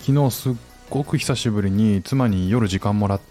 昨日すっごく久しぶりに妻に夜時間もらって、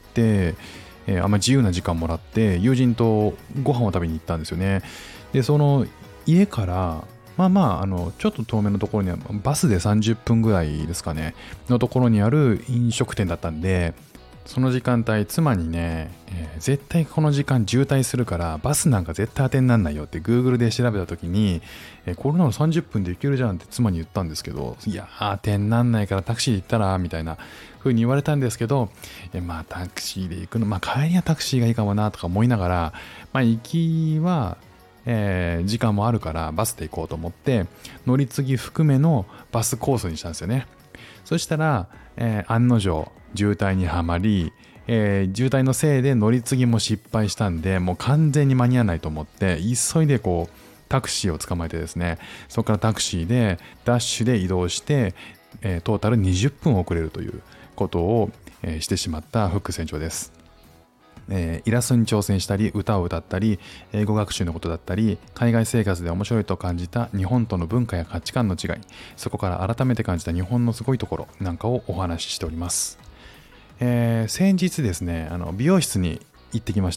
あんまり自由な時間もらって友人とご飯を食べに行ったんですよね。で、その家からちょっと遠めのところにはバスで30分ぐらいですかねのところにある飲食店だったんで、その時間帯妻にね、絶対この時間渋滞するからバスなんか絶対当てになんないよって Google で調べた時に、これなら30分で行けるじゃんって妻に言ったんですけど、いや当てになんないからタクシーで行ったらみたいな風に言われたんですけど、タクシーで行くの、帰りはタクシーがいいかもなとか思いながら、行きは時間もあるからバスで行こうと思って乗り継ぎ含めのバスコースにしたんですよね。そしたら、案の定渋滞にはまり、渋滞のせいで乗り継ぎも失敗したんで、もう完全に間に合わないと思って急いでタクシーを捕まえてですね、そこからタクシーでダッシュで移動して、トータル20分遅れるということを、してしまったフック船長です。イラストに挑戦したり歌を歌ったり英語学習のことだったり海外生活で面白いと感じた日本との文化や価値観の違い、そこから改めて感じた日本のすごいところなんかをお話ししております。先日ですね、美容室に行ってきました。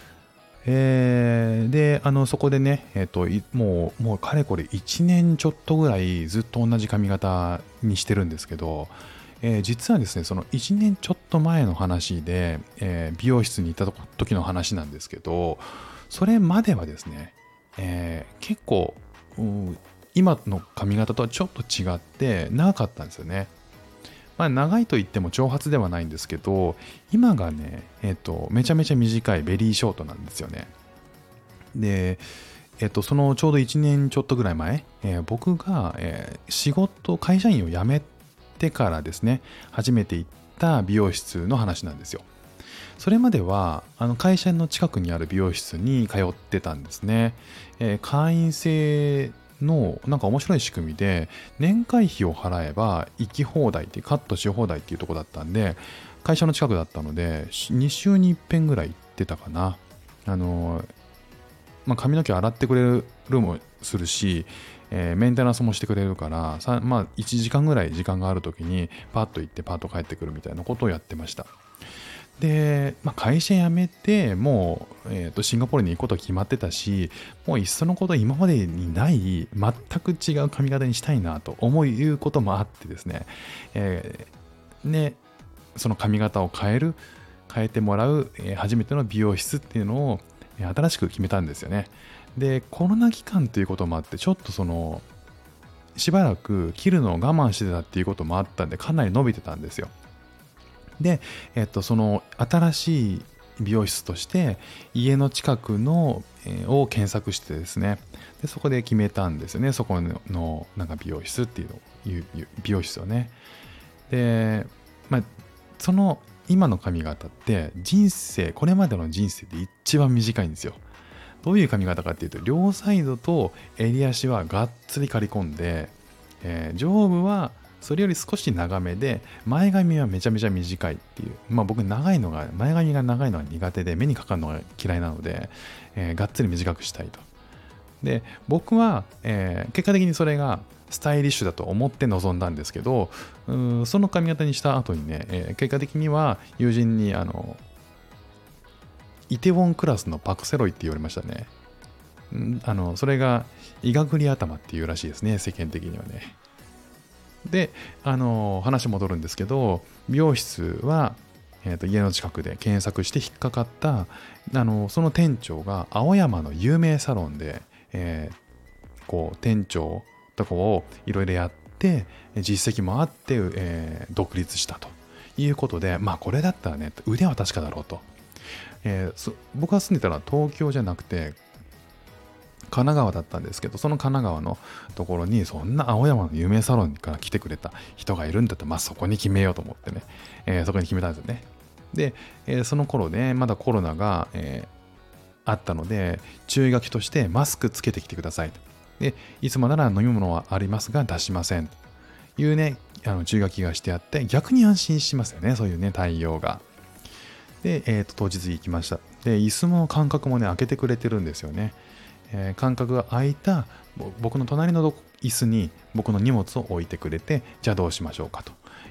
でそこでね、もうかれこれ1年ちょっとぐらいずっと同じ髪型にしてるんですけど、実はですね、その1年ちょっと前の話で、美容室に行った時の話なんですけど、それまではですね、結構今の髪型とはちょっと違って長かったんですよね。長いと言っても長髪ではないんですけど、今がね、めちゃめちゃ短いベリーショートなんですよね。で、そのちょうど1年ちょっとぐらい前、僕が、会社員を辞めてからですね、初めて行った美容室の話なんですよ。それまでは会社の近くにある美容室に通ってたんですね。会員制のなんか面白い仕組みで年会費を払えば行き放題ってカットし放題っていうとこだったんで、会社の近くだったので2週に1遍ぐらい行ってたかな。髪の毛洗ってくれるもするし、メンテナンスもしてくれるから1時間ぐらい時間がある時にパッと行ってパッと帰ってくるみたいなことをやってました。で、会社辞めてもう、シンガポールに行くこと決まってたし、もういっそのこと今までにない全く違う髪型にしたいなと思うこともあってですね、その髪型を変えてもらう、初めての美容室っていうのを新しく決めたんですよね。で、コロナ期間ということもあってちょっとしばらく切るのを我慢してたっていうこともあったんで、かなり伸びてたんですよ。で、その新しい美容室として家の近くの、を検索してですね、でそこで決めたんですよね。そこのなんか美容室っていう美容室をね。で、その今の髪型ってこれまでの人生で一番短いんですよ。どういう髪型かっていうと、両サイドと襟足はがっつり刈り込んで、上部はそれより少し長めで、前髪はめちゃめちゃ短いっていう。僕前髪が長いのが苦手で目にかかるのが嫌いなので、がっつり短くしたいと。で、僕は、結果的にそれがスタイリッシュだと思って臨んだんですけど、その髪型にした後にね、結果的には友人にイテウォンクラスのパクセロイって言われましたね。それがイガグリ頭っていうらしいですね、世間的にはね。で、話戻るんですけど、美容室は、家の近くで検索して引っかかった、その店長が青山の有名サロンで、店長とかをいろいろやって、実績もあって、独立したということで、これだったらね、腕は確かだろうと。僕が住んでたのは東京じゃなくて、神奈川だったんですけど、その神奈川のところにそんな青山の有名サロンから来てくれた人がいるんだったら、そこに決めようと思ってね、そこに決めたんですよね。で、その頃ね、まだコロナが、あったので、注意書きとしてマスクつけてきてくださいと。で、いつもなら飲み物はありますが出しませんというね、注意書きがしてあって、逆に安心しますよね、そういうね、対応が。で、当日行きました。で、椅子の間隔もね、開けてくれてるんですよね。間隔が空いた僕の隣の椅子に僕の荷物を置いてくれて、じゃあどうしましょうかと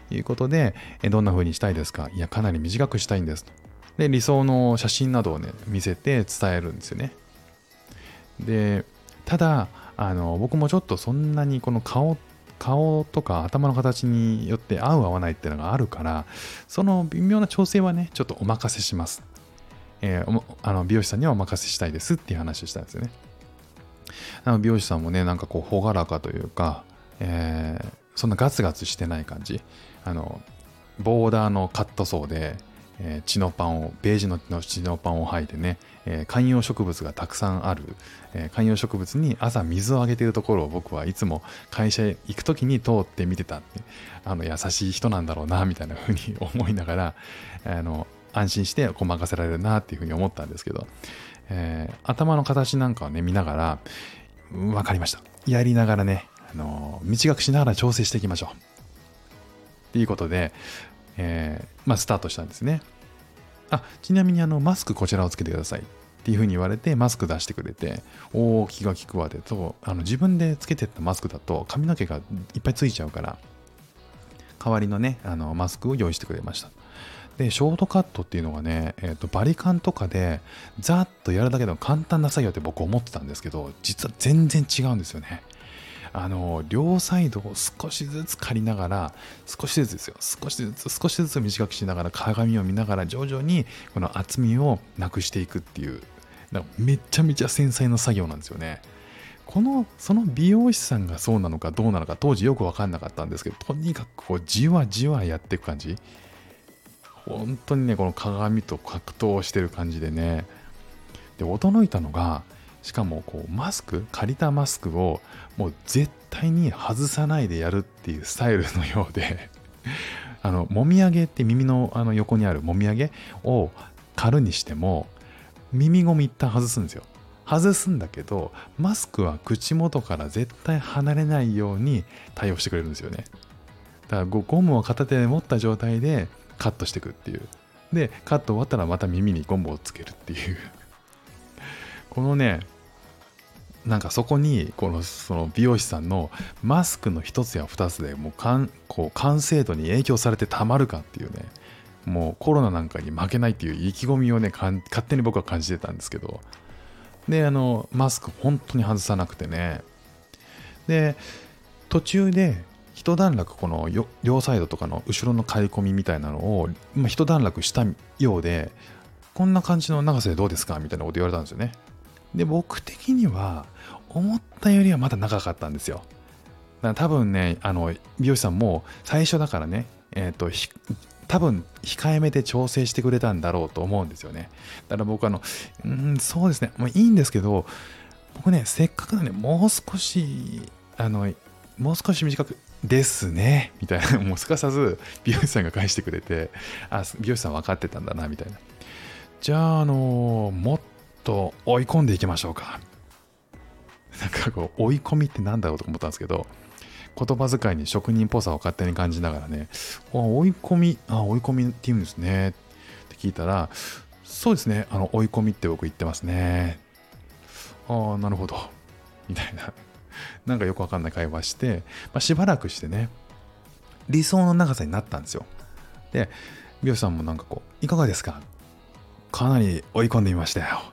いうことで、どんな風にしたいですか？いや、かなり短くしたいんですと。で、理想の写真などをね、見せて伝えるんですよね。で、ただ、僕もちょっとそんなにこの顔とか頭の形によって合う合わないっていうのがあるから、その微妙な調整はね、ちょっとお任せします。美容師さんにはお任せしたいですっていう話をしたんですよね。美容師さんもね、なんかこう、朗らかというか、そんなガツガツしてない感じ。ボーダーのカットソーで、ベージュのチノパンを履いてね、観葉植物がたくさんある、観葉植物に朝水をあげているところを僕はいつも会社へ行くときに通って見てたって、優しい人なんだろうな、みたいな風に思いながら、安心してこう任せられるなっていう風に思ったんですけど、頭の形なんかをね、見ながら、わかりました。やりながらね、短くしながら調整していきましょう。っていうことで、スタートしたんですね。ちなみにマスクこちらをつけてくださいっていう風に言われて、マスク出してくれて、気が利くわでと、自分でつけてったマスクだと髪の毛がいっぱいついちゃうから、代わりのね、マスクを用意してくれました。で、ショートカットっていうのがね、バリカンとかでざっとやるだけの簡単な作業って僕思ってたんですけど、実は全然違うんですよね。両サイドを少しずつ刈りながら、少しずつ短くしながら、鏡を見ながら徐々にこの厚みをなくしていくっていう、めちゃめちゃ繊細な作業なんですよね。その美容師さんがそうなのかどうなのか当時よく分かんなかったんですけど、とにかくこうじわじわやっていく感じ。本当にね、この鏡と格闘してる感じでね。で、驚いたのが、しかもこう借りたマスクをもう絶対に外さないでやるっていうスタイルのようでもみあげって耳の横にあるもみあげを刈るにしても耳ゴム一旦外すんですよ。外すんだけど、マスクは口元から絶対離れないように対応してくれるんですよね。だからゴムを片手で持った状態でカットしていくっていう。で、カット終わったらまた耳にゴムをつけるっていうこのね、なんかそこにその美容師さんのマスクの一つや二つでもう完成度に影響されてたまるかっていうね、もうコロナなんかに負けないっていう意気込みをね、勝手に僕は感じてたんですけど、でマスク本当に外さなくてね、で途中で一段落この両サイドとかの後ろの刈り込みみたいなのを、一段落したようで、こんな感じの長さでどうですかみたいなこと言われたんですよね。で、僕的には思ったよりはまだ長かったんですよ。だから多分ね、美容師さんも最初だからね、多分控えめで調整してくれたんだろうと思うんですよね。だから僕そうですね、もういいんですけど、僕ね、せっかくなんでもう少し短くですね、みたいな、もうすかさず美容師さんが返してくれて、美容師さん分かってたんだな、みたいな。じゃあ、もっと追い込んでいきましょうか。なんかこう、追い込みってなんだろうと思ったんですけど、言葉遣いに職人っぽさを勝手に感じながらね、追い込みって言うんですねって聞いたら、そうですね、追い込みって僕言ってますね。なるほど。みたいな。なんかよくわかんない会話して、しばらくしてね、理想の長さになったんですよ。で、美容師さんもなんかこう、いかがですか？かなり追い込んでみましたよ。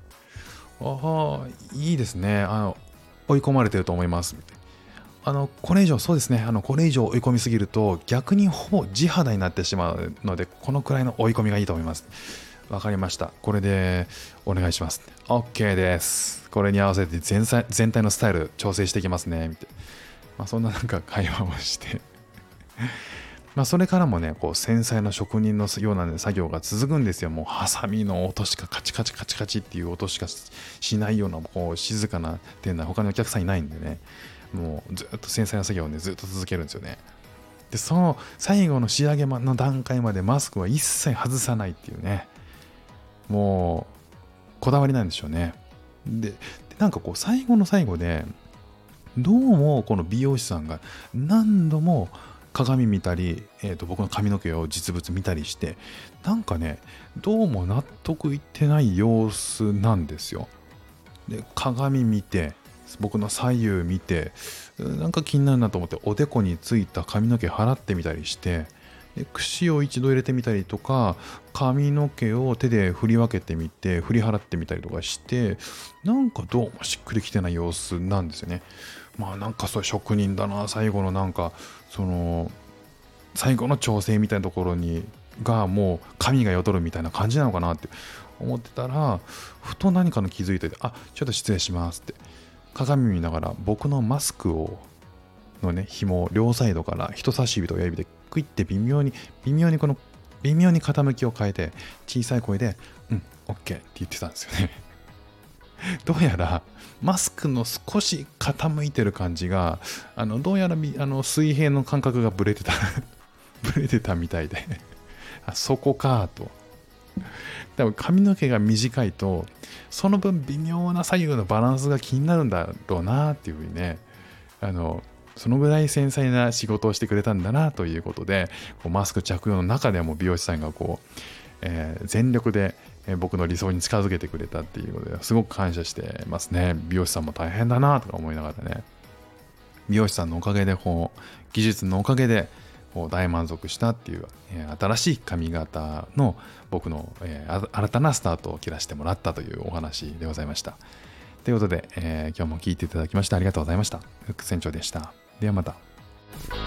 いいですね。追い込まれてると思います。これ以上、そうですね。これ以上追い込みすぎると、逆にほぼ地肌になってしまうので、このくらいの追い込みがいいと思います。わかりました。これでお願いします。OK です。これに合わせて全体のスタイル調整していきますね。みたいな。そんななんか会話をしてそれからもね、こう繊細な職人のような、ね、作業が続くんですよ。もうハサミの音しかカチカチカチカチっていう音しかしないような、こう静かな店内、他にお客さんいないんでね、もうずっと繊細な作業をね、ずっと続けるんですよね。で、その最後の仕上げの段階までマスクは一切外さないっていうね、もうこだわりなんでしょうね。でなんかこう最後の最後で、どうもこの美容師さんが何度も鏡見たり、僕の髪の毛を実物見たりして、なんかね、どうも納得いってない様子なんですよ。で、鏡見て、 僕の左右見て、なんか気になるなと思っておでこについた髪の毛払ってみたりして、で櫛を一度入れてみたりとか、髪の毛を手で振り分けてみて振り払ってみたりとかして、なんかどうもしっくりきてない様子なんですよね。まあなんかそういう職人だな、最後のなんかその最後の調整みたいなところにがもう神が宿るみたいな感じなのかなって思ってたら、ふと何かの気づいて、あ、ちょっと失礼しますって鏡見ながら僕のマスクをのね紐を両サイドから人差し指と親指でクイって微妙に傾きを変えて小さい声でオッケーって言ってたんですよね。どうやらマスクの少し傾いてる感じがどうやら水平の感覚がブレてたみたいであ、そこかと。多分髪の毛が短いとその分微妙な左右のバランスが気になるんだろうなっていうふうにね、そのぐらい繊細な仕事をしてくれたんだなということで、こうマスク着用の中でも美容師さんがこう、全力で僕の理想に近づけてくれたっていうことですごく感謝してますね。美容師さんも大変だなとか思いながらね、美容師さんのおかげで技術のおかげで大満足したっていう、新しい髪型の僕の、新たなスタートを切らしてもらったというお話でございました。ということで、今日も聞いていただきましてありがとうございました。フック船長でした。ではまた。